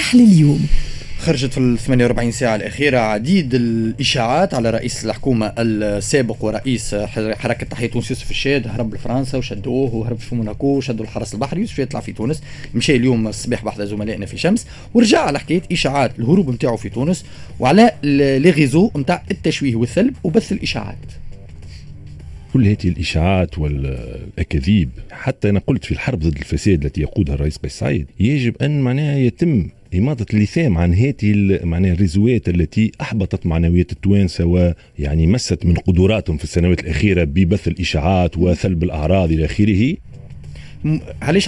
المرحلة اليوم. خرجت في 48 ساعة الأخيرة عديد الإشاعات على رئيس الحكومة السابق ورئيس حركة تحرير تونس يوسف الشاد. هرب لفرنسا وشدوه وهرب في موناكو وشدوا الحرس البحري. يوسف الشاد طلع في تونس، مشى اليوم الصباح بحث زملائنا في شمس ورجع على حكاية إشاعات الهروب نتاعو في تونس وعلى لي ريزو نتاع التشويه والثلب وبث الإشاعات. كل هذه الإشاعات والأكاذيب، حتى أنا قلت في الحرب ضد الفساد التي يقودها الرئيس قيس سعيد يجب أن معناها يتم إماطة اللثام عن هذه معناها الرزوات التي أحبطت معنويات التوانسة ويعني مست من قدراتهم في السنوات الأخيرة ببث الإشاعات وثلب الأعراض إلى آخره. علاش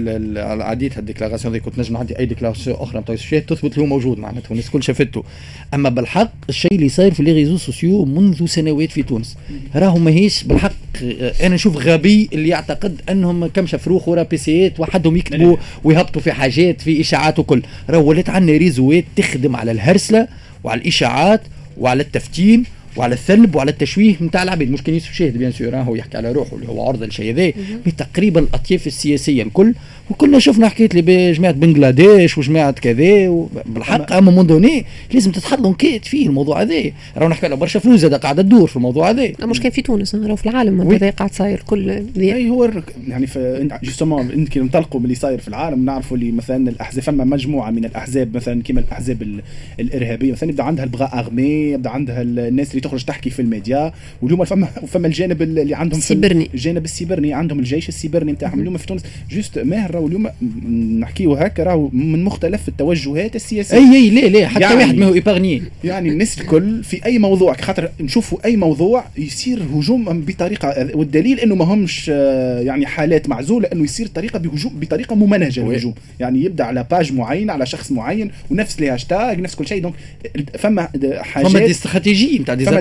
عديت هالديكلاراسيون كنت نجم نعدي اي ديكلاراسيون اخرى نتاع يوسف تثبت له موجود معناتها والناس الكل شافته. اما بالحق الشيء اللي صاير في لي ريزو سوسيو منذ سنوات في تونس راهو ماهيش بالحق. انا نشوف غبي اللي يعتقد انهم كم شفروخ ورا بيسيات وحدهم يكتبوا ويهبطوا في حاجات في اشاعات وكل. راهو ولات عندنا ريزوات تخدم على الهرسله وعلى الاشاعات وعلى التفتين وعلى الثلب وعلى التشويه نتاع العبيد. مش كان يوسف شاهد بيان سور هو يحكي على روحه اللي هو عرضه للشيء هذا تقريبا الاطياف السياسيه الكل وكلنا شفنا حكايه اللي بجماعه بنغلاديش وجماعه كذا بالحق. اما من دوني لازم تتحط لهم كيت فيه الموضوع هذا. راهو نحكي على برشا فلوس هذا قاعده تدور في الموضوع هذا. مش كان في تونس راهو في العالم هذا قاعد صاير كل اي هو يعني جوستومون انت كي ننطلقوا من اللي صاير في العالم نعرفوا اللي مثلا الاحزاب فما مجموعه من الاحزاب مثلا كما الاحزاب الارهابيه مثلا يبدا عندها البغاء اغمي يبدا عندها الناس اللي تخرج تحكي في الميديا واليوم فما الجانب اللي عندهم السيبرني. الجانب السيبرني عندهم الجيش السيبرني نتاعهم اليوم في تونس جوست ماهر واليوم نحكيو هكا راهو من مختلف التوجهات السياسيه. اي لا حتى يعني واحد ما هو ايبارني يعني الناس الكل في اي موضوع خاطر نشوفوا اي موضوع يصير هجوم بطريقه والدليل انه ما همش يعني حالات معزوله انه يصير بطريقه ممنهجه الهجوم يعني يبدا على باج معين على شخص معين ونفس لي هاشتاج نفس كل شيء. دونك فما حاجات فما دي استراتيجيه نتاع دي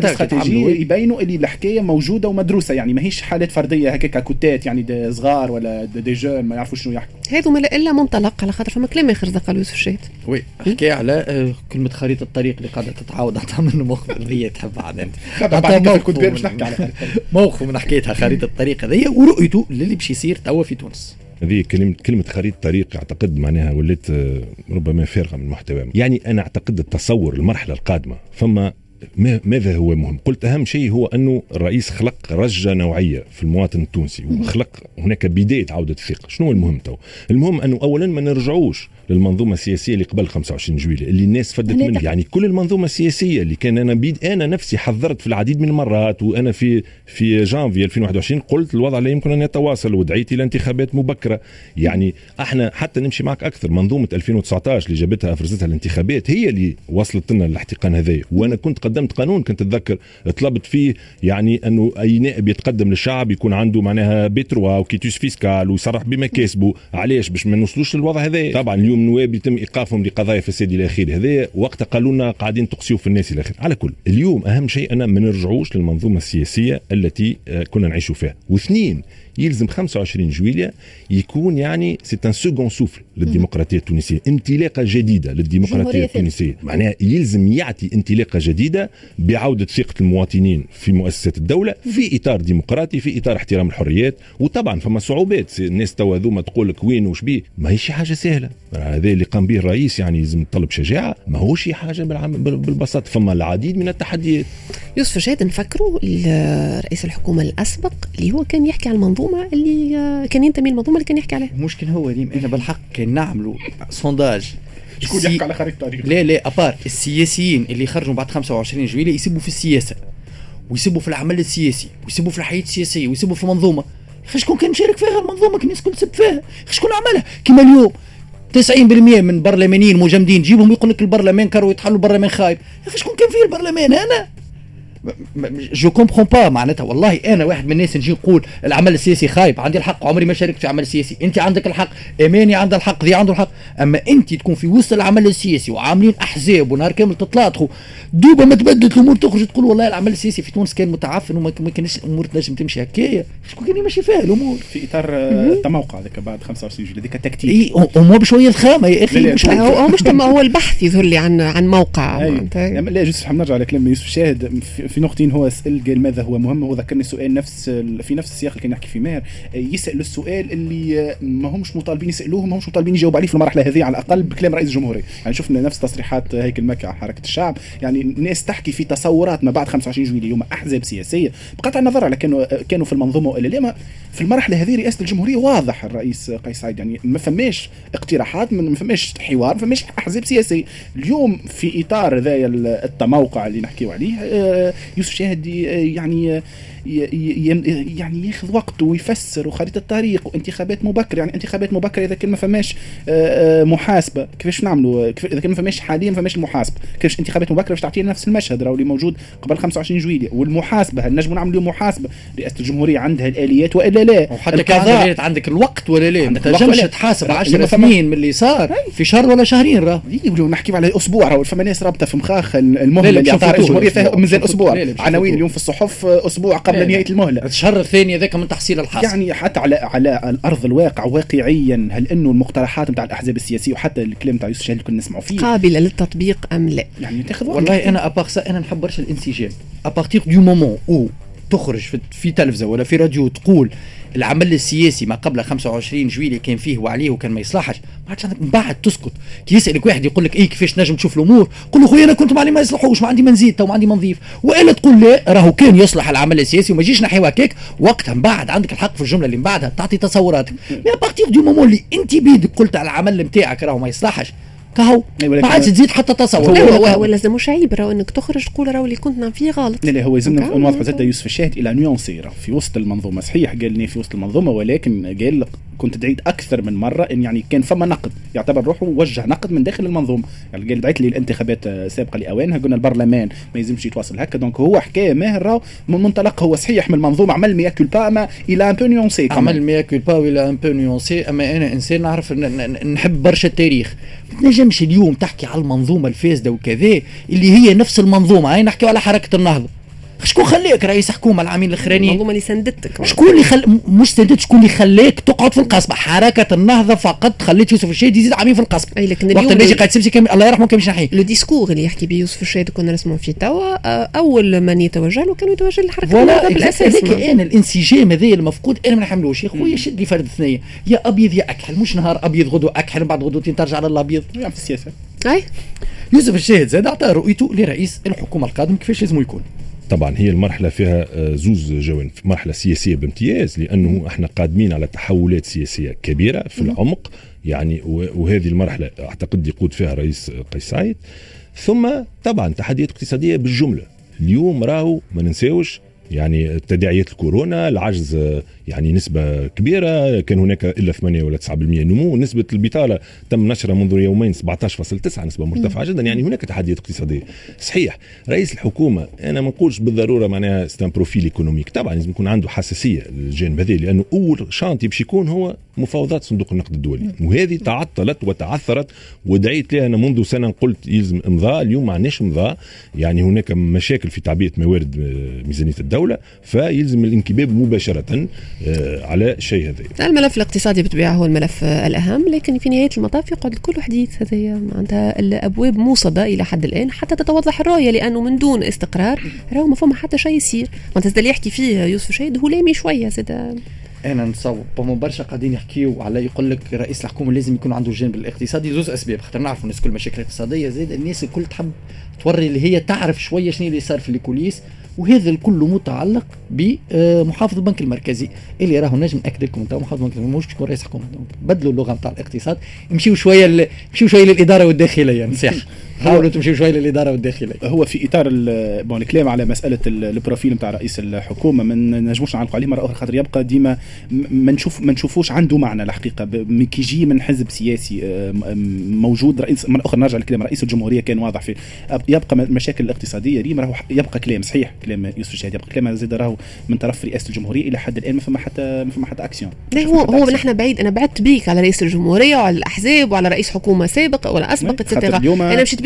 يبينوا اللي الحكايه موجوده ومدروسه يعني ماهيش حالات فرديه هكاك كوتات يعني دي صغار ولا دي جون ما يعرفوا شنو يحكوا. هذو ما الا منطلق على خاطر فما كلام اخر قال يوسف الشاد. وي حكي على كلمه خريطه الطريق اللي قاعده تتعاود عطا منه مخبريه تحب عاد انت كنت باش نحكي على موقف من حكيتها خريطه الطريق هذه ورؤيته للي باش يصير توا في تونس. هذه كلمة خريطة طريق أعتقد معناها ولات ربما فارغة من محتوى. يعني أنا أعتقد التصور المرحلة القادمة فما ماذا هو مهم؟ قلت أهم شيء هو أنه الرئيس خلق رجة نوعية في المواطن التونسي وخلق هناك بداية عودة الثقة. شنو المهم تو؟ المهم أنه أولا ما نرجعوش للمنظومة السياسية اللي قبل 25 جويلية اللي الناس فدت منها. يعني كل المنظومة السياسية اللي كان أنا نفسي حذرت في العديد من المرات وأنا في جانفي 2021 قلت الوضع لا يمكن أن يتواصل ودعيت إلى انتخابات مبكرة. يعني احنا حتى نمشي معك أكثر منظومة 2019 اللي جابتها أفرزتها الانتخابات هي اللي وصلت لنا الاحتقان هذا. وأنا كنت قدمت قانون كنت أتذكر طلبت فيه يعني أنه أي نائب يتقدم للشعب يكون عنده معناها بيتروا وكيتوس فيسكال ويصرح بمكاسبه. علاش؟ باش ما نوصلوش للوضع هذا. طبعا اليوم النواب يتم إيقافهم لقضايا فساد إلى آخره. هذا وقت قالوا لنا قاعدين تقسيوا في الناس إلى آخره. على كل اليوم أهم شيء أنا ما نرجعوش للمنظومة السياسية التي كنا نعيشوا فيها. واثنين يلزم 25 جويلية يكون يعني سيت ان سكون سوفل للديمقراطية التونسية، انطلاقة جديدة للديمقراطية التونسية. معناها يلزم يعطي انطلاقة جديدة بعودة ثقة المواطنين في مؤسسات الدولة في إطار ديمقراطي في إطار احترام الحريات. وطبعا فما صعوبات الناس توذوما تقول لك وين وش بيه ما هي شي حاجة سهلة. هذا اللي قام به الرئيس يعني يلزم طلب شجاعة ما هو شي حاجة بالبساطة. فما العديد من التحديات. يوسف الشاد نفكروا رئيس الحكومة الأسبق اللي هو كان يحكي على المنظومة اللي كان ينتمي المنظومة اللي كان يحكي عليها. مشكل هو ديم انا بالحق كان نعملوا سونداج شكون يحكي على خريطة الطريق. لا ابار السياسيين اللي خرجوا بعد 25 جويلية يسبوا في السياسة ويسبوا في العمل السياسي ويسبوا في الحياة السياسية ويسبوا في المنظومة. شكون كان مشارك فيها المنظومة كان الناس كل تسب فيها. شكون عملها كما اليوم 90% من برلمانيين مجمدين جيبهم يقول لك البرلمان كانوا يتحلوا البرلمان خايب. شكون كان فيه البرلمان؟ انا جو كومبرون با معناتها والله انا واحد من الناس نجي نقول العمل السياسي خايب عندي الحق عمري ما شاركت في عمل سياسي. انت عندك الحق اماني عنده الحق ذي عنده الحق. اما انت تكون في وسط العمل السياسي وعاملين احزاب ونهار كامل تتلاطخوا دوبا ما تبدلت الامور تخرج تقول والله العمل السياسي في تونس كان متعفن وما كانش الامور تنجم تمشي هكايا. شكون كان يمشي فيها الامور في اطار التموقع هذاك بعد 25 جويلية هذيك التكتيك. اي ومو بشويه الخامه يا اخي مش هو مش هو البحث يظهر لي عن موقع. لا جوست نرجع على كلام يوسف شاهد في نقطتين هو سأل قال ماذا هو مهم، وذكرني سؤال في نفس السياق اللي كان يحكي فيه ماهر، يسأل السؤال اللي ما همش مطالبين يسألوه، ما همش مطالبين يجاوب عليه في المرحله هذه على الاقل بكلام رئيس الجمهوريه. يعني شفنا نفس تصريحات هيكل مكة حركه الشعب، يعني الناس تحكي في تصورات ما بعد 25 جويلية اليوم، احزاب سياسيه بقطع النظر على كانوا في المنظومه ولا لا، في المرحله هذه رئاسه الجمهوريه واضح الرئيس قيس سعيد، يعني ما فماش اقتراحات، ما فماش حوار، ما فماش احزاب سياسيه. اليوم في اطار ذا التموقع اللي نحكيو عليه، يوسف شاهد يعني ياخذ وقته ويفسر وخريطه الطريق وانتخابات مبكره. يعني انتخابات مبكره اذا كان ما فماش محاسبه كيفاش نعملوا، اذا كان ما فماش حاليا ما فماش المحاسبه، كيفاش انتخابات مبكره باش تعطينا نفس المشهد راهو اللي موجود قبل 25 جويلية. والمحاسبه هل نجموا نعملوا محاسبه؟ رئاسه الجمهوريه عندها الاليات والا لا؟ وحتى كان عندك الوقت ولا لا؟ ما تنجمش تحاسب 10 سنين من اللي صار في شهر ولا شهرين. راه نحكي على اسبوع، راهو فما ناس رابطه في مخاخ المهله اللي عطاها الجمهوريه فيها مازال اسبوع، عناوين اليوم في الصحف اسبوع قبل نهايه المهله، الشهر الثاني ذاك من تحصيل الحاصل. يعني حتى على الارض الواقع واقعيا، هل انه المقترحات نتاع الاحزاب السياسيه وحتى الكلام تاع يوسف شاهد اللي كنا نسمعوا فيه قابله للتطبيق ام لا؟ يعني تاخذ والله انا ابارسا انا نحب برشا الانسجام. ابارتيغ دو مومون او تخرج في تلفزه ولا في راديو تقول العمل السياسي ما قبل 25 جويلية كان فيه وعليه وكان ما يصلحش، ما عادش عندك من بعد تسكت. كي يسالك واحد يقول لك كيفاش نجم تشوف الامور، قول له خويا انا كنت معلي ما يصلحوش، ما عندي ما نزيد تو ما عندي ما نضيف، والا تقول لا راهو كان يصلح العمل السياسي وما يجيش نحيو هكاك. وقتها من بعد عندك الحق في الجمله اللي من بعدها تعطي تصوراتك. مي ابارتيغ دو مومون اللي انت بيدك قلت على العمل نتاعك راهو ما يصلحش، كهو ما عادش تزيد حتى تصور. هو لازم مش عيب راهو انك تخرج تقول راهو اللي كنت نعم فيه غلط. لا هو لازمنا نوضحوا زاد يوسف الشاهد الى نيونسي في وسط المنظومه. صحيح قال لي في وسط المنظومه، ولكن قال كنت دعيت اكثر من مره ان يعني كان فما نقد، يعتبر روحه وجه نقد من داخل المنظومه. يعني قال دعيت لي الانتخابات سابقه لاوانها، قلنا البرلمان ما يلزمش يتواصل هكا. دونك هو حكايه ماهر راهو من منطلق هو صحيح من المنظومه عمل ميا كولبا، اما الى ان بو نيونسي، عمل ميا كولبا والى ان بو نيونسي. اما انا انسان نعرف نحب برشا التاريخ، ما تنجمش اليوم تحكي على المنظومه الفاسده وكذا اللي هي نفس المنظومه. هاي نحكي على حركه النهضه، شكون خليك رئيس حكومه العامين الاخرانيين؟ المنظومه اللي سندتك، شكون اللي مش سندت، شكون اللي خليك تقعد في القصبه؟ حركه النهضه فقط خليت يوسف الشاهد يزيد عامين في القصبه. اي لكن اليوم وقت اللي قاعد سمسي كامل الله يرحمه كان نحيه لو ديسكور اللي يحكي به يوسف الشاهد كنا نسمعوا فيه توا، اول من يتوجه له كانوا يتوجه لحركه النهضه بالاساس. هذاك انا الانسجام هذا المفقود انا ما نحملوش. يا خويا شد لي فرد ثنيه، يا ابيض يا اكحل، مش نهار ابيض غدوه اكحل بعد غدوتين ترجع على الابيض. يعني في السياسه اي يوسف الشاهد زاد اعطى رؤيته لرئيس الحكومه القادم كيفاش لازم يكون. طبعا هي المرحلة فيها زوز جوانب، مرحلة سياسية بامتياز لأنه احنا قادمين على تحولات سياسية كبيرة في العمق، يعني وهذه المرحلة أعتقد يقود فيها رئيس قيس سعيد. ثم طبعا تحديات اقتصادية بالجملة. اليوم راهو ما ننساوش يعني تداعيات الكورونا، العجز يعني نسبة كبيرة، كان هناك إلا 8 ولا 9% نمو، نسبة البطالة تم نشرها منذ يومين 17.9، نسبة مرتفعة جدا. يعني هناك تحديات اقتصادية. صحيح رئيس الحكومة أنا ما نقولش بالضرورة معناها ستان بروفيل ايكونوميك، طبعا لازم يكون عنده حساسية للجانب هذا، لأنه أول شانتي باش يكون هو مفاوضات صندوق النقد الدولي، وهذه تعطلت وتعثرت ودعيت لها أنا منذ سنة، قلت يلزم إمضاء، اليوم ما عندناش إمضاء. يعني هناك مشاكل في تعبئة موارد ميزانية الدولة، فيلزم الانكباب مباشرة على شيء هذا. الملف الاقتصادي بالطبيعة هو الملف الأهم، لكن في نهاية المطاف يقعد الكل حديث. هذه معناتها الأبواب موصدة إلى حد الآن حتى تتوضح الرؤية، لأنه من دون استقرار راهو ما فما حتى شيء يصير. معناتها اللي يحكي فيه يوسف شاهد هو لامي شوية زاد. انا نتصور بما برشا قاعدين يحكيوا على يقول لك رئيس الحكومه لازم يكون عنده الجانب الاقتصادي. زوز اسباب، خاطر نعرف الناس كل مشاكل اقتصاديه، زاد الناس الكل تحب توري اللي هي تعرف شويه شنو اللي صار في الكوليس، وهذا الكل متعلق بمحافظ البنك المركزي اللي راهو نجم ناكد لكم انت محافظ البنك المركزي مش تكون رئيس حكومه. بدلوا اللغه نتاع الاقتصاد، مشيوا شويه للاداره والداخليه. يعني صح حاولوا تمشيوا شويه للاداره والداخليه. هو في اطار الكلام على مساله البروفيل نتاع رئيس الحكومه ما نجموش نعلقوا عليه مره اخرى، خاطر يبقى ديما ما نشوفوش عنده معنى الحقيقه. كي يجي من حزب سياسي موجود رئيس، مره اخرى نرجع لكلام رئيس الجمهوريه كان واضح في يبقى مشاكل الاقتصاديه ديما راهو يبقى كلام صحيح، كلام يوسف الشاهد يبقى كلام زاد راهو من طرف رئاسه الجمهوريه الى حد الان ما فما حتى اكسيون. لا هو نحن بعيد، انا بعدت بيك على رئيس الجمهوريه وعلى الاحزاب وعلى رئيس حكومه سابق ولا اسبق اتسيتيرا. انا مشيت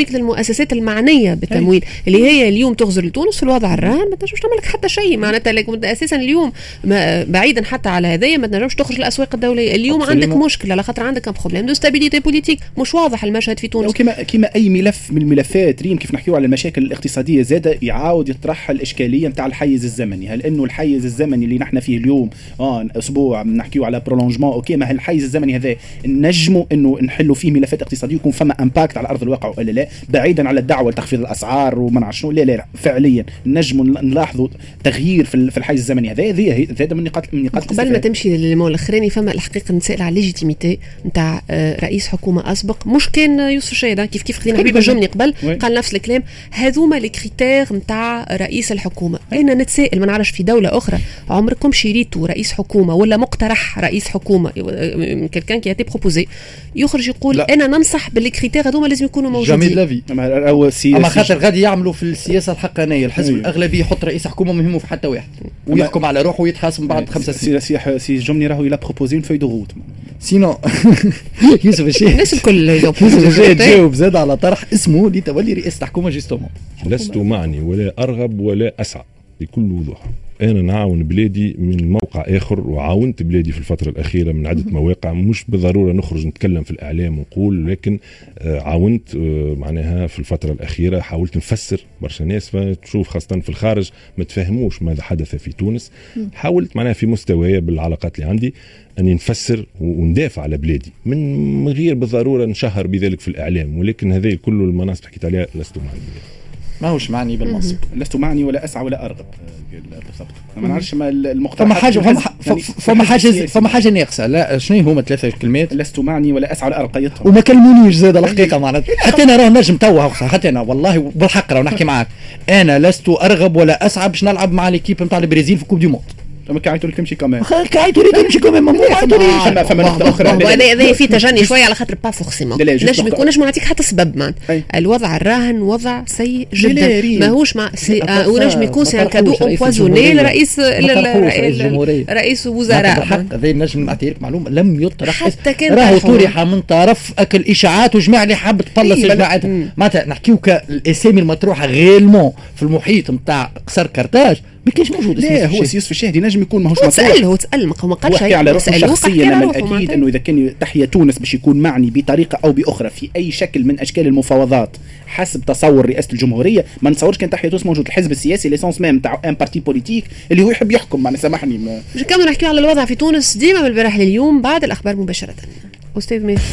هذيك للمؤسسات المعنيه بالتمويل اللي هي اليوم تغزر لتونس في الوضع الراهن، ما تنجمش تعمل لك حتى شيء معناتها. لكن اساسا اليوم بعيدا حتى على هذايا ما تنجمش تخرج الاسواق الدوليه اليوم. عندك مشكله على خاطر عندك بروبليم دو ستابيليتي بوليتيك، مش واضح المشهد في تونس. كما اي ملف من الملفات ريم كيف نحكيو على المشاكل الاقتصاديه زاده يعاود يطرح الاشكاليه نتاع الحيز الزمني. هل انه الحيز الزمني اللي نحن فيه اليوم اسبوع نحكيو على برولونجمون اوكي، ما الحيز الزمني هذا نجموا انه نحلوا فيه ملفات اقتصاديه يكون فما امباكت على ارض الواقع ولا لا، بعيدا على الدعوه لتخفيض الاسعار وما نعرف شنو. لا فعليا نجموا نلاحظوا تغيير في الحيز الزمني هذا. هذا من نقاط قبل ما تمشي للمول الاخراني فما الحقيقه نسال على الليجيتيميتي نتاع رئيس حكومه اسبق، مش كان يوسف الشايد كيف خدينا حبيب الجمني قبل قال نفس الكلام. هذوما لي كريتير نتاع رئيس الحكومه. انا نتسائل ما نعرفش في دوله اخرى عمركم شريتوا رئيس حكومه ولا مقترح رئيس حكومه كان كي يتي بروبوزي يخرج يقول لا. انا ننصح باللي كريتير هذوما لازم يكونوا موجودين. اما خاطر غادي يعملوا في السياسه الحقانيه الحزب الاغلبي يحط رئيس حكومه مهمه في حتى واحد ويحكم على روحه ويتخاصم بعد 5 سنين. سي جمني راهو يلا بروبوزي فوي دو روت سينو يوسف الشيخ الناس الكل يوسف الشيخ تجاوب زاد على طرح اسمه لتولي رئاسه الحكومه جيستومون. لست معني ولا ارغب ولا اسعى بكل وضوح. أنا نعاون بلادي من موقع آخر وعاونت بلادي في الفترة الأخيرة من عدة مواقع، مش بالضرورة نخرج نتكلم في الإعلام ونقول، لكن عاونت معناها في الفترة الأخيرة حاولت نفسر برشا ناس تشوف خاصة في الخارج ما تفهموش ماذا حدث في تونس. حاولت معناها في مستواي بالعلاقات اللي عندي أني نفسر وندافع على بلادي من غير بالضرورة نشهر بذلك في الإعلام، ولكن هذه كل المناصب حكيت عليها لست معني. ما هوش معني بالمنصب. لست معني ولا اسعى ولا ارغب بالضبط. ما نعرفش ما المقترحات فما حاجه ناقصه. لا شنو هما 3 كلمات؟ لست معني ولا اسعى ولا ارغب قيدتهم وما كلمونيش زاد الحقيقه معناتها. حتى انا راه نجم توا حتى انا والله بالحق راه نحكي معاك انا لست ارغب ولا اسعى باش نلعب مع ليكيب نتاع البرازيل في كوب دي موند. ما كايتو لك تمشي كمان تمشي كمان مو فما نقطه اخرى هذا في تجني شويه على خاطر با فورسيمون نجم يكونش نعطيك حتى سبب مان. الوضع الراهن وضع سيء جدا ماهوش مع ونجم يكون سي ان كادو امبوازوني لرئيس رئيس وزراء. هذا نجم نعطيك معلومه لم يطرح حتى كان راهو طرح من طرف اكل اشاعات وجماعه اللي حاب تطلص الجماعات معناتها نحكيو الاسامي المطروحه غيلمون في المحيط نتاع قصر كرتاج ما كاينش موجود. لا هو سيوسف الشاهدي نجم يكون ماهوش مطروح. هو تسأل ما قال شيء على روحه شخصيا. لما الاكيد انه اذا كان تحيا تونس باش يكون معني بطريقه او باخرى في اي شكل من اشكال المفاوضات حسب تصور رئاسه الجمهوريه، ما نتصورش كان تحيا تونس موجود. الحزب السياسي ليسونس ميم تاع ان بارتي بوليتيك اللي هو يحب يحكم معنا سامحني. مش كامل نحكي على الوضع في تونس ديما من البارح لليوم بعد الاخبار مباشره. استاذ مير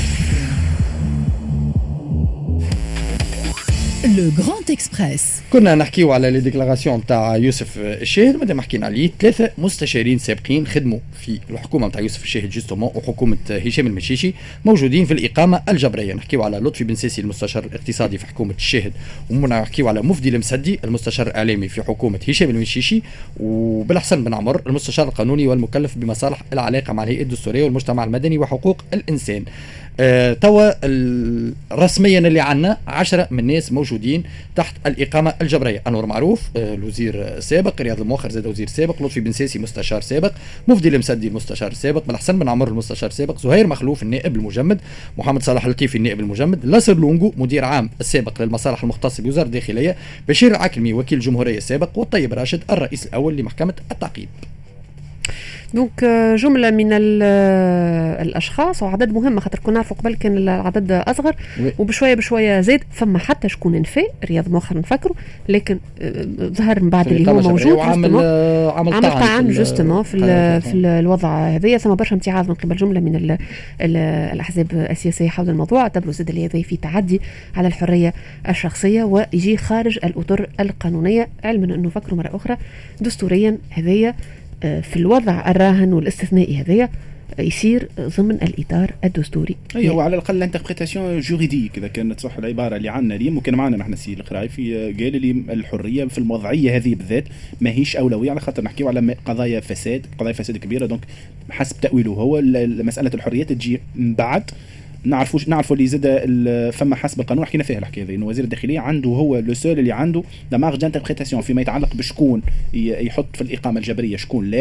لو غراند اكسبريس. كنا نحكيو على لي ديكلاراسيون تاع يوسف الشاهد. مادام حكينا عليه 3 مستشارين سابقين خدموا في الحكومه تاع يوسف الشاهد جوستومون وحكومه هشام المشيشي موجودين في الاقامه الجبريه. نحكيو على لطفي بن ساسي المستشار الاقتصادي في حكومه الشاهد، ونحكيو على مفدي المسدي المستشار الاعلامي في حكومه هشام المشيشي، وبالحسن بن عمر المستشار القانوني والمكلف بمصالح العلاقه مع الهيئه الدستوريه والمجتمع المدني وحقوق الانسان. توا رسميا اللي عنا 10 من الناس موجودين تحت الإقامة الجبرية. أنور معروف الوزير السابق، رياض المؤخر زاد وزير سابق، لطفي بن ساسي مستشار سابق، مفدي المسدي المستشار السابق، بالحسن بن عمر المستشار السابق، زهير مخلوف النائب المجمد، محمد صلاح اللطيفي النائب المجمد، لاسر لونغو مدير عام السابق للمصالح المختصة بوزارة الداخلية، بشير العكلمي وكيل الجمهورية السابق، والطيب راشد الرئيس الأول لمحكمة التعقيب. دونك جمله من الاشخاص وعدد مهم خاطر كنا نعرفوا قبل كان العدد اصغر وبشويه بشويه زاد. فما حتى شكون انفاء رياض مؤخر نفكروا، لكن ظهر من بعد اللي هو موجود عمل طعن جوستومون في الوضع هذايا. ثم برشا امتعاض من قبل جمله من الاحزاب السياسيه حول الموضوع. اعتبروا زاد اللي هذا في تعدي على الحريه الشخصيه ويجي خارج الاطر القانونيه، علما انه فكروا مره اخرى دستوريا هذايا في الوضع الراهن والاستثنائي هذايا يصير ضمن الإطار الدستوري. أي هو على الأقل انتربريتاسيون جوريديك إذا كانت صح العبارة اللي عنا اليوم. وكان معنا نحن السي القرايفي قال لي الحرية في الوضعية هذه بالذات ما هيش أولوية على خاطر نحكيو على قضايا فساد كبيرة. دونك حسب تأويله هو مسألة الحرية تجي من بعد. نعرفوا اللي زاد فما حسب القانون حكينا فيها الحكايه هذه انه وزير الداخليه عنده هو لو سول اللي عنده لا مارج دانتربريتاسيون فيما يتعلق بشكون يحط في الاقامه الجبريه شكون لا.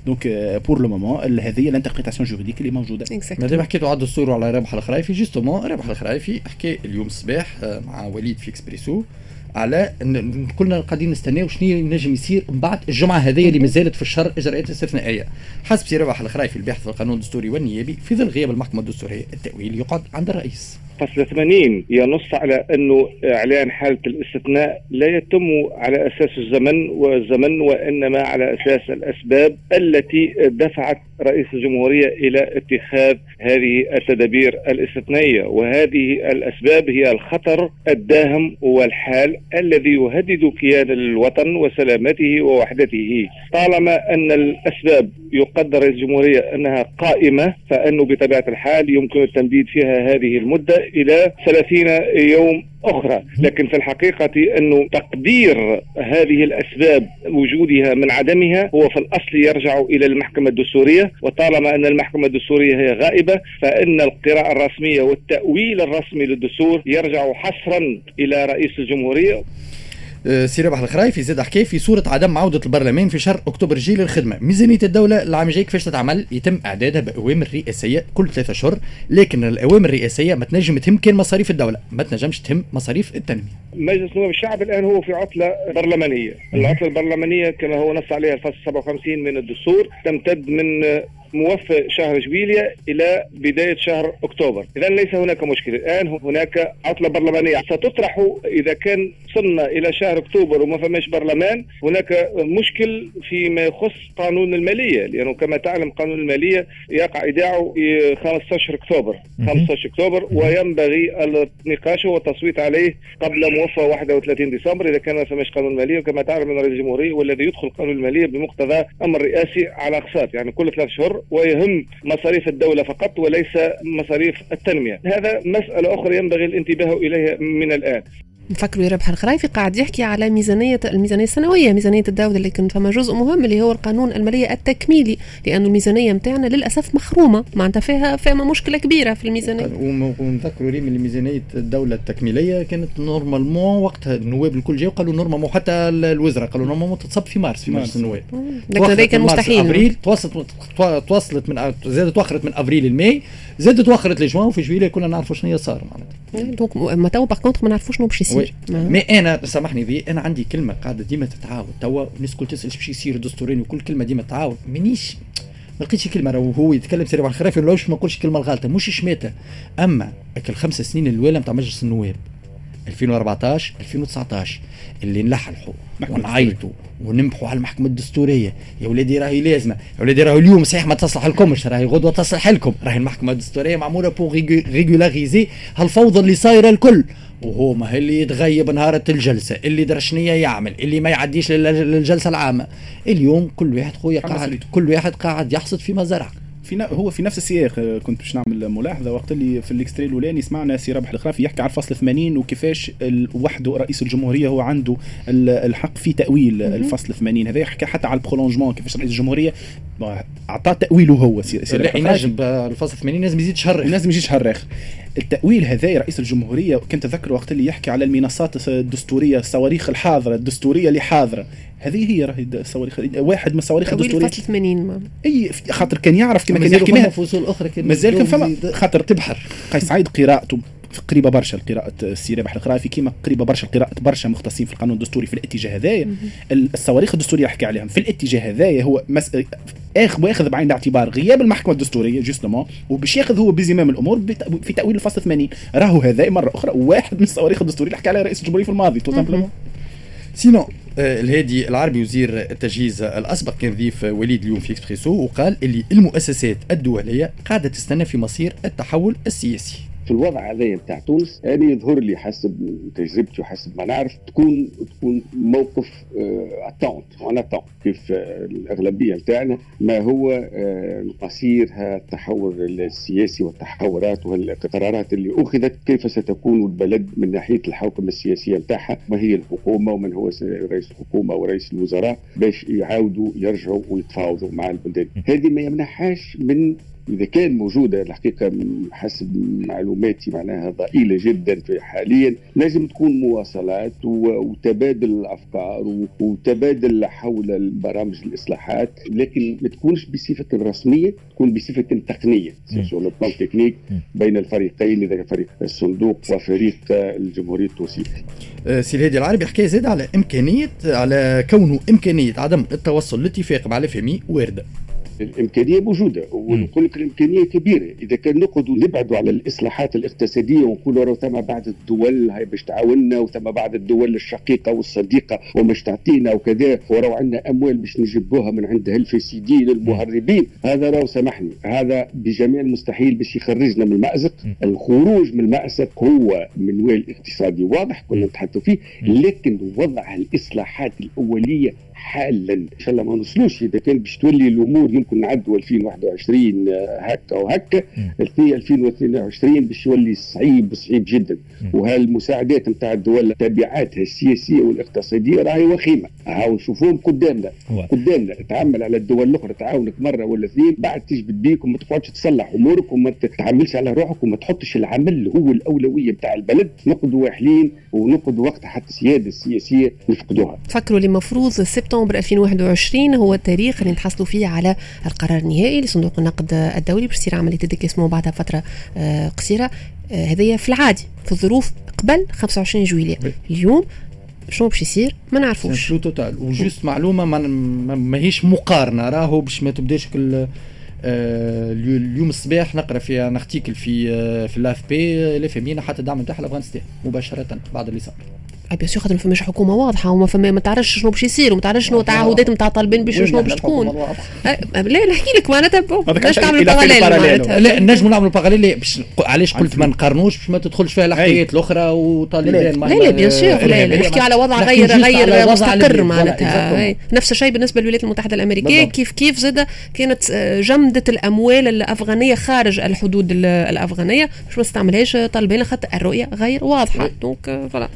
دونك بور لو مومون هذه الانتربريتاسيون جوريديك اللي موجوده. ما دام حكيتوا على الدستور وعلى رابح الخرايفي، جوستومون رابح الخرايفي حكى اليوم الصباح مع وليد في اكسبريسو على ان كلنا قاعدين نستناو شنو ينجم يصير من بعد الجمعه هذه اللي مازالت في الشهر اجراءات استثنائيه. حسب سي رابح الخرايفي الباحث في القانون الدستوري والنيابي، في ظل غياب المحكمه الدستورية التأويل يقعد عند الرئيس. فصل 80 ينص على أنه إعلان حالة الاستثناء لا يتم على أساس الزمن وإنما على أساس الأسباب التي دفعت رئيس الجمهورية إلى اتخاذ هذه التدابير الاستثنائية، وهذه الأسباب هي الخطر الداهم والحال الذي يهدد كيان الوطن وسلامته ووحدته. طالما أن الأسباب يقدر رئيس الجمهورية أنها قائمة، فإنه بطبيعة الحال يمكن التمديد فيها هذه المدة إلى 30 يوم أخرى. لكن في الحقيقة أنه تقدير هذه الأسباب وجودها من عدمها هو في الأصل يرجع إلى المحكمة الدستورية، وطالما أن المحكمة الدستورية هي غائبة فإن القراءة الرسمية والتأويل الرسمي للدستور يرجع حصرا إلى رئيس الجمهورية. سي رابح الخرايفي زاد حكى في صورة عدم عودة البرلمان في شهر أكتوبر الجاي للخدمة. ميزانية الدولة العام الجاي كيفاش تتعمل؟ يتم إعدادها بأوامر رئاسية كل 3 أشهر، لكن الأوامر الرئاسية ما تنجم تهم كان مصاريف الدولة، ما تنجمش تهم مصاريف التنمية. مجلس نواب الشعب الآن هو في عطلة برلمانية. العطلة البرلمانية كما هو نص عليها الفصل 57 من الدستور تمتد من موفى شهر جويلية إلى بداية شهر أكتوبر. إذن ليس هناك مشكلة. الآن هناك عطلة برلمانية ستطرح إذا كان صلنا إلى شهر أكتوبر وما فماش برلمان. هناك مشكل فيما يخص قانون المالية، لأنه كما تعلم قانون المالية يقع إيداعه 15 أكتوبر وينبغي النقاش والتصويت عليه قبل موفى 31 ديسمبر إذا كان ما فماش قانون المالية. وكما تعلم أن رئيس الجمهورية والذي يدخل قانون المالية بمقتضى أمر رئاسي على أقساط، يعني كل 3 أشهر، ويهم مصاريف الدولة فقط وليس مصاريف التنمية. هذا مسألة أخرى ينبغي الانتباه إليها من الآن. نفكروا يا رابح الخرايفي قاعد يحكي على الميزانية السنوية، ميزانية الدولة، لكن فما جزء مهم اللي هو القانون المالية التكميلي، لأنه الميزانية متاعنا للأسف مخرومة، معناتها فيها مشكلة كبيرة في الميزانية. ونذكروا ريم اللي ميزانية الدولة التكميلية كانت نورمالمون وقتها النواب الكل جاوا قالوا نورمالمون، حتى الوزراء قالوا نورمالمون تتصب في مارس في مجلس النواب، لكن هذا كان مستحيل. أبريل توصلت من زادت توخرت من أبريل الماي، زادت توخرت لجوان، وفي جويلية كنا نعرفوا شنو صار معناتها. دونك ما تو باغ كونتر ما نعرفوش شنو باش يصير. مي انا سامحني ذي، انا عندي كلمه قاعده ديما تتعاود توا، الناس الكل تسال باش يصير الدستورين وكل كلمه ديما تتعاود، مانيش ما لقيتش كلمه. راهو هو يتكلم سيري على الخرايفي لوش ما نقولش كلمه الغلطه، مش شماته. اما ال5 سنين الاولى نتاع مجلس النواب 2014 2019 اللي نلحلحوا ونعيطوا ونمحوا على المحكمة الدستورية، يا ولادي راهي لازمة، يا ولادي راهي اليوم صحيح ما تصلح لكمش، راهي غدوة تصلح لكم، راهي المحكمة الدستورية معمولة بو ريغولاريزي هالفوضى اللي صايرة الكل. وهو ما اللي يتغيب نهارة الجلسة، اللي درشنية يعمل، اللي ما يعديش للجلسة العامة. اليوم كل واحد خويا قاعد، كل واحد قاعد يحصد في مزرعة. هو في نفس السياق. كنت باش نعمل ملاحظه وقت اللي في الاكستري الاولاني سمعنا سي رابح الخرايفي يحكي على الفصل 80 وكيفاش وحده رئيس الجمهوريه هو عنده الحق في تاويل الفصل 80 هذا. يحكي حتى على البرولونجمون كيفاش رئيس الجمهوريه اعطى تاويله هو سي رابح الخرايفي. الفصل 80 لازم يزيد شهر، لازم يجي شهر اخر. التاويل هذا رئيس الجمهوريه كنت اذكر وقت اللي يحكي على المنصات الدستوريه، الصواريخ الحاضره الدستوريه اللي حاضره، هذه هي راهي الصواريخ، واحد من الصواريخ الدستوريه فصل 80 اي خاطر كان يعرف كما كان يحكي لها فصول اخرى مازال كان فما خاطر تبحر. قيس سعيد قراءته قريبه برشا لقراءه السي رابح الخرايفي، كيما قريبه برشا لقراءه برشا مختصين في القانون الدستوري في الاتجاه هذايا. الصواريخ الدستوريه يحكي عليهم في الاتجاه هذايا هو واخذ بعين الاعتبار غياب المحكمه الدستوريه جوستومون، وباش ياخذ هو بزمام الامور في تاويل الفصل 80. راهو هذا مره اخرى واحد من الصواريخ الدستوريه اللي حكى عليها رئيس الجمهوريه في الماضي تو سامبلومون. سينو الهادي العربي وزير التجهيز الأسبق كان ضيف وليد اليوم في إكسبريسو، وقال اللي المؤسسات الدولية قاعدة تستنى في مصير التحول السياسي. في الوضع هذا بتاع تونس أنا يظهر لي حسب تجربتي وحسب ما نعرف تكون موقف اتونت كيف الأغلبية بتاعنا ما هو مصيرها التحول السياسي والتحورات والقرارات اللي أخذت، كيف ستكون البلد من ناحية الحوكمة السياسية بتاعها، ما هي الحكومة ومن هو رئيس الحكومة ورئيس الوزراء، باش يعاودوا يرجعوا ويتفاوضوا مع البلدان. هذه ما يمنحهاش من اذا كان موجوده الحقيقه حسب معلوماتي معناها ضئيله جدا في حاليا، لازم تكون مواصلات وتبادل الافكار وتبادل حول البرامج الاصلاحات، لكن ما تكونش بصفه رسميه، تكون بصفه تقنيه سو لو بلان تكنيك بين الفريقين، اذا فريق الصندوق وفريق الجمهوريه التونسيه. سي الهادي العربي حكى زاد على على كونه امكانيه عدم التوصل لاتفاق مع الFMI وارده. الامكانيه موجوده، ونقول لك الامكانيه كبيره. اذا كان نقعدوا نبعدوا على الاصلاحات الاقتصاديه ونقولوا راه ثم بعض الدول هاي باش تعاوننا وثم بعض الدول الشقيقه والصديقه ومش تعطينا وكذا، وراه عندنا اموال باش نجيبوها من عند الفاسدين المهربين، هذا راه سامحني هذا بجميع المستحيل باش يخرجنا من المأزق. الخروج من المأزق هو منوال اقتصادي واضح كنا نتحدثوا فيه، لكن وضع الاصلاحات الاوليه حالا ان شاء الله ما نوصلوش. اذا كان باش تولي الامور يمكن نعدوا 2021 هكا وهكا، في 2022 باش يولي صعيب جدا. وهالمساعدات نتاع الدول تبعاتها السياسيه والاقتصاديه راهي وخيمه، هاو نشوفوهم قدامنا. تعمل على الدول الاخرى تعاونك مره ولا اثنين، بعد تجبد بيك وما تقعدش تصلح امورك وما تتحملش على روحك وما تحطش العمل اللي هو الاولويه نتاع البلد. نقعدوا واحلين ونقعدوا وقتها حتى السياده السياسيه نفقدوها. فكروا اللي مفروض سبتمبر 2021 هو التاريخ اللي نتحصلوا فيه على القرار النهائي لصندوق النقد الدولي باش تصير عمليه الديكاسمون بعدها فتره قصيره. هذه في العادي في الظروف قبل 25 جويلية. اليوم شنو باش يصير ما نعرفوش. شنو توتال وجوست معلومه ماهيش مقارنه، راهو باش ما تبداش كل اليوم الصباح نقرا فيها ارتيكل في الاف بي الFMI حتى دعم نتاعها لافغانستان مباشره بعد اللي صار. بيان سور خاطر ما فماش حكومه واضحه وما تعرفش شنو باش يصير وما تعرفش شنو التعهدات نتاع طالبين باش شنو باش تكون. لا نحكي لك معناتها باش تعمل باراليل. لا نجموا نعملوا باراليل باش علاش قلت ما نقارنوش باش ما تدخلش فيها الحكايات الاخرى وطالبان. لا بيان سور نحكي على وضع غير مستقر معناتها. نفس الشيء بالنسبه للولايات المتحده الامريكيه. كيف زاد كانت جمده الاموال الافغانيه خارج الحدود الافغانيه باش ما تستعملهاش طالبان خاطر الرؤيه غير واضحه. دونك فوالا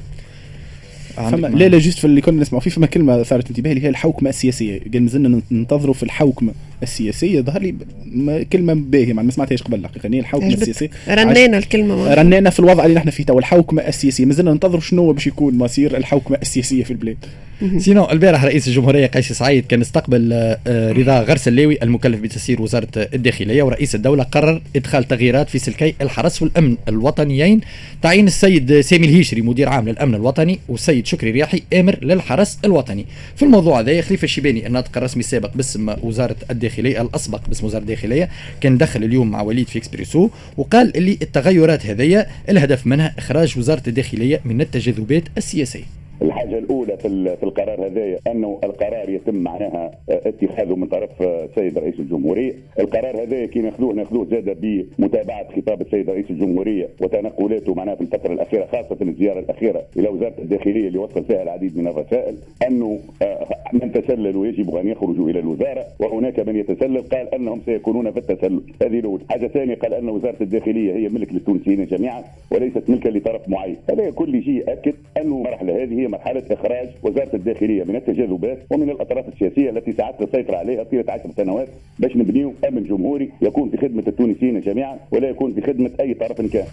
لا جوست في اللي كنا نسمعوا فيه فما كلمه ثارت انتباهي اللي هي الحوكمه السياسيه. قال مازلنا ننتظروا في الحوكمه السياسيه. ظهر لي كلمه باهيه ما سمعتهاش قبل الحقيقه. هي الحوكمه السياسيه رنينا الكلمه رنينا في الوضع اللي نحن فيه تو. الحوكمه السياسيه مازلنا ننتظروا شنو باش يكون مصير الحوكمه السياسيه في البلاد. سينو البارح رئيس الجمهوريه قيس سعيد كان استقبل رضا غرسلاوي المكلف بتسيير وزاره الداخليه، ورئيس الدوله قرر ادخال تغييرات في سلكي الحرس والامن الوطنيين، تعيين السيد سامي الهيشري مدير عام للامن الوطني والسيد شكري رياحي امر للحرس الوطني. في الموضوع هذا خليفه الشيباني الناطق الرسمي السابق باسم وزاره الداخليه الاسبق باسم وزاره الداخليه كان دخل اليوم مع وليد في اكسبريسو وقال اللي التغيرات هذه الهدف منها اخراج وزاره الداخليه من التجاذبات السياسيه. الحاجة الأولى في القرار هذا أنه القرار يتم معناها اتخاذه من طرف السيد رئيس الجمهورية. القرار هذا كي ناخذوه زاد بمتابعة خطاب السيد رئيس الجمهورية وتنقلاته معناها في الفترة الأخيرة، خاصة الزيارة الأخيرة إلى وزارة الداخلية اللي وصل فيها العديد من الرسائل أنه من تسللوا يجب أن يخرجوا إلى الوزارة، وهناك من يتسلل قال أنهم سيكونون في التسلل. هذه الأولى. حاجة ثانية قال أن وزارة الداخلية هي ملك للتونسيين جميعا وليست ملكا لطرف معين. هذا كل شيء أكد أنه المرحلة هذه هي مرحلة إخراج وزارة الداخلية من التجاذبات ومن الأطراف السياسية التي ساعدت السيطرة عليها طيلة 10 سنوات باش نبنيو أمن جمهوري يكون في خدمة التونسيين جميعا ولا يكون في خدمة أي طرف كان.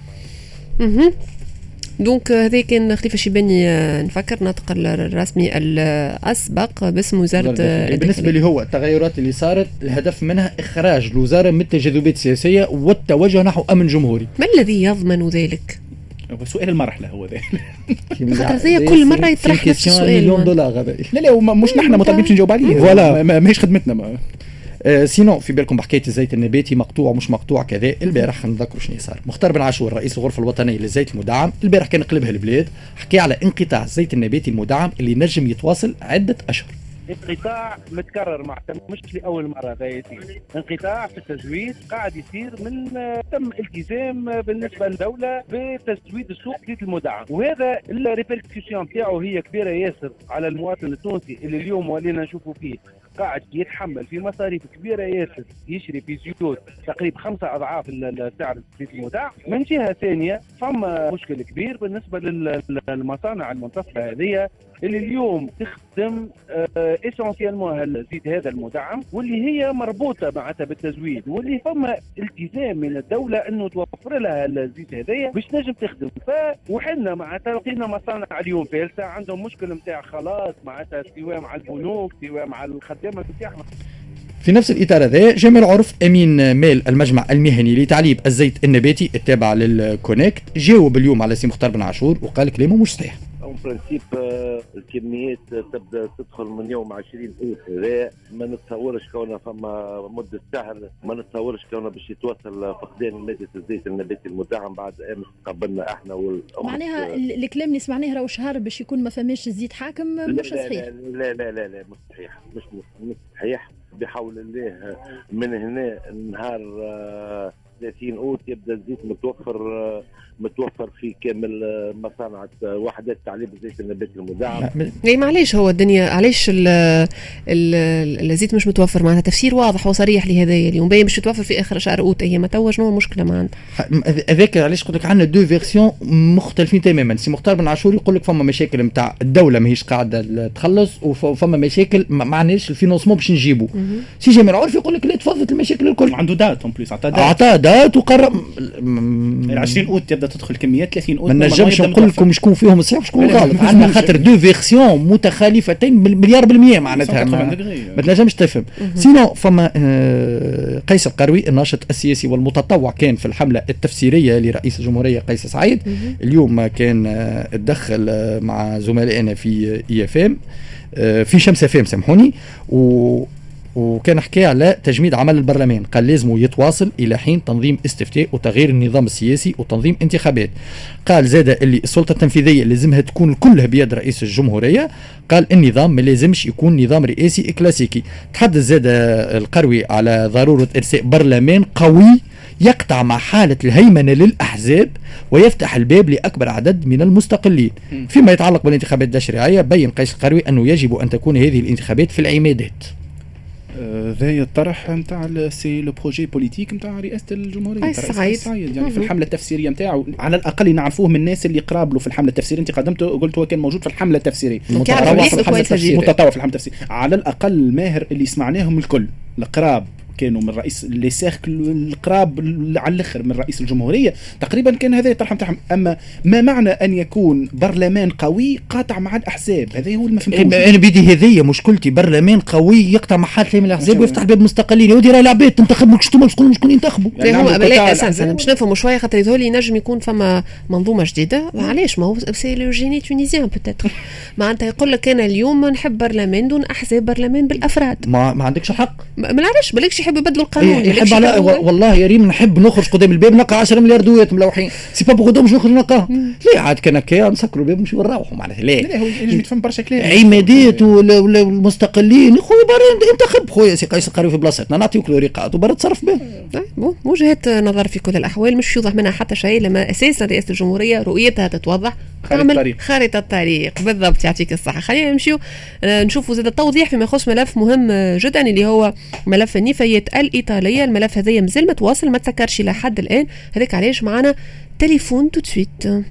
دونك هذا كان خليفه الشيباني نفكر ناطق الرسمي الاسبق باسم وزاره الداخليه. بالنسبه لي هو التغيرات اللي صارت الهدف منها اخراج الوزاره من التجاذبات السياسيه والتوجه نحو امن جمهوري. ما الذي يضمن ذلك؟ سؤال المرحله هو ذا. خاطر كل مره يطرح نفس السؤال. مليون دولار هذا. لا مش نحن مطالبين باش نجاوب عليه. فوالا ماهيش خدمتنا. سينو في بالكم بحكايه الزيت النباتي مقطوع مش مقطوع كذا. البارح نذكروا شنو صار. مختار بن عاشور رئيس الغرفه الوطنيه للزيت المدعم البارح كان قلبها البلاد، حكي على انقطاع الزيت النباتي المدعم اللي نجم يتواصل عده اشهر. انقطاع متكرر مش لأول مرة يصير. انقطاع في التزويد قاعد يصير من تم التزام بالنسبة للدولة بتزويد السوق للمدعم، وهذا الريبركسيون تاعو هي كبيرة ياسر على المواطن التونسي اللي اليوم ولينا نشوفوا فيه قاعد يتحمل في مصاريف كبيرة ياسر، يشري في زيوت تقريبا 5 أضعاف سعر الزيت المدعم. من جهة ثانية فما مشكل كبير بالنسبة للمصانع المنتصفة هذه اللي اليوم تخدم اسونسيالمون الزيت هذا المدعم، واللي هي مربوطه معناتها بالتزويد، واللي فما التزام من الدوله انه توفر لها الزيت هذايا باش تنجم تخدم. وحنا معناتها لقينا مصانع اليوم فالسه عندهم مشكل نتاع خلاص معناتها سواء مع البنوك سواء مع الخدامه نتاعهم. في نفس الإطار هذا جمال عرف أمين مال المجمع المهني لتعليب الزيت النباتي التابع للكونكت جاوب اليوم على سي مختار بن عاشور وقال كلامه مش صحيح. برانسيب الكميات تبدا تدخل من يوم 20 اوت هذا ما نتصورش كونها فما مده شهر، ما نتصورش كونها باش يتوصل فقدان ماده الزيت النباتي المدعم بعد امس قبلنا احنا معناها الكلام اللي سمعناه راهو شهر باش يكون ما فماش الزيت حاكم مش صحيح. لا لا لا لا مستحيح، مش صحيح. بحول الله من هنا نهار 30 اوت يبدا الزيت متوفر في كامل مصانع وحدات تعليب الزيت النباتي المدعم. اي معليش هو الدنيا علاش الزيت مش متوفر؟ معناتها تفسير واضح وصريح لهذا اليوم باين مش متوفر في اخر شهر اوت. هي ما تو شنو المشكله معنا هذاك؟ علاش قلت لك عندنا دو فيرسيون مختلفين تماما. سي مختار بن عاشور يقول لك فما مشاكل نتاع الدوله ماهيش قاعده تخلص، وفما مشاكل ما عندناش الفينانسمون باش نجيبوا. سي جمال عرف يقول لك لا تفضلت المشاكل الكل، عنده دات اون بليس عطى دات وقرر 20 اوت تبدا تدخل كميات 30 اوت. ما نجمش نقول لكم شكون فيهم الصحيح وشكون غلط، عندنا خاطر دو فيرسيون متخالفتين بالمليار بالمية معناتها ما تنجمش تفهم. سينو فما قيس القروي الناشط السياسي والمتطوع كان في الحملة التفسيرية لرئيس الجمهورية قيس سعيد. اليوم كان اتدخل مع زملائنا في EFM في شمس FM سامحوني، وكان حكى على تجميد عمل البرلمان. قال لازم يتواصل إلى حين تنظيم استفتاء وتغيير النظام السياسي وتنظيم انتخابات. قال زاد اللي السلطة التنفيذية لازمها تكون كلها بيد رئيس الجمهورية. قال النظام ما لازمش يكون نظام رئاسي كلاسيكي. تحدث زاد القروي على ضرورة إرساء برلمان قوي يقطع مع حالة الهيمنة للأحزاب ويفتح الباب لأكبر عدد من المستقلين. فيما يتعلق بالانتخابات التشريعية بين قيس القروي أنه يجب أن تكون هذه الانتخابات في العمادات. ذا الطرح نتاع سي لو بروجي بوليتيك نتاع رئاسه الجمهوريه قيس سعيد يعني في الحمله التفسيريه نتاعو على الاقل نعرفوه من الناس اللي قرابلوا في الحمله التفسيريه. انت قدمت قلت هو كان موجود في الحمله التفسيريه متطوع في الحمله التفسيريه على الاقل ماهر اللي سمعناهم الكل القراب كانوا من رئيس لي سيركل القراب على الاخر من رئيس الجمهوريه تقريبا كان هذا الطرح نتاعهم. اما ما معنى ان يكون برلمان قوي قاطع مع الاحزاب؟ هذا هو ما فهمتوش انا بدي هذيا مشكلتي. برلمان قوي يقطع مع حالة من الاحزاب ويفتح باب مستقلين. يودي راه العباد تنتخب شكون ينتخبوا يعني هو اساسا باش نفهموا شويه خاطر يظهر لي ينجم يكون فما منظومه جديده. معليش ما هو سي لو جيني تونيزيان بوتيتر معناتها يقول لك انا اليوم نحب برلمان دون احزاب برلمان بالافراد. ما عندكش حق. ما نعرفش بالكش يحب يبدلوا القانون. يحب على والله يا ريم نحب نخرج قدام الباب نلقى 10 مليار دوات ملوحين. سي با بوغ مش نخرج نلقاه. لا عاد كان هكا نسكروا الباب ونمشيو نروحوا معناتها. لا هو يجب يتفهم برشا كلام عمادات ولا المستقلين. خويا برا انتخب خويا سي قيس القروي في بلاصتنا نعطيوك الورقات وبرا تصرف به. بون وجهات نظر في كل الاحوال مش يوضح منها حتى شيء لما اساسا رئاسه الجمهوريه رؤيتها تتوضح تعمل خارطه الطريق بالضبط. يعطيك الصحه. خلينا نمشيو نشوفوا زاد التوضيح فيما يخص ملف مهم جدا اللي هو ملف النفايات الايطاليه. الملف هذا مازال متواصل ما تسكرش الى حد الان. هذاك علاش معنا تليفون تو سويت.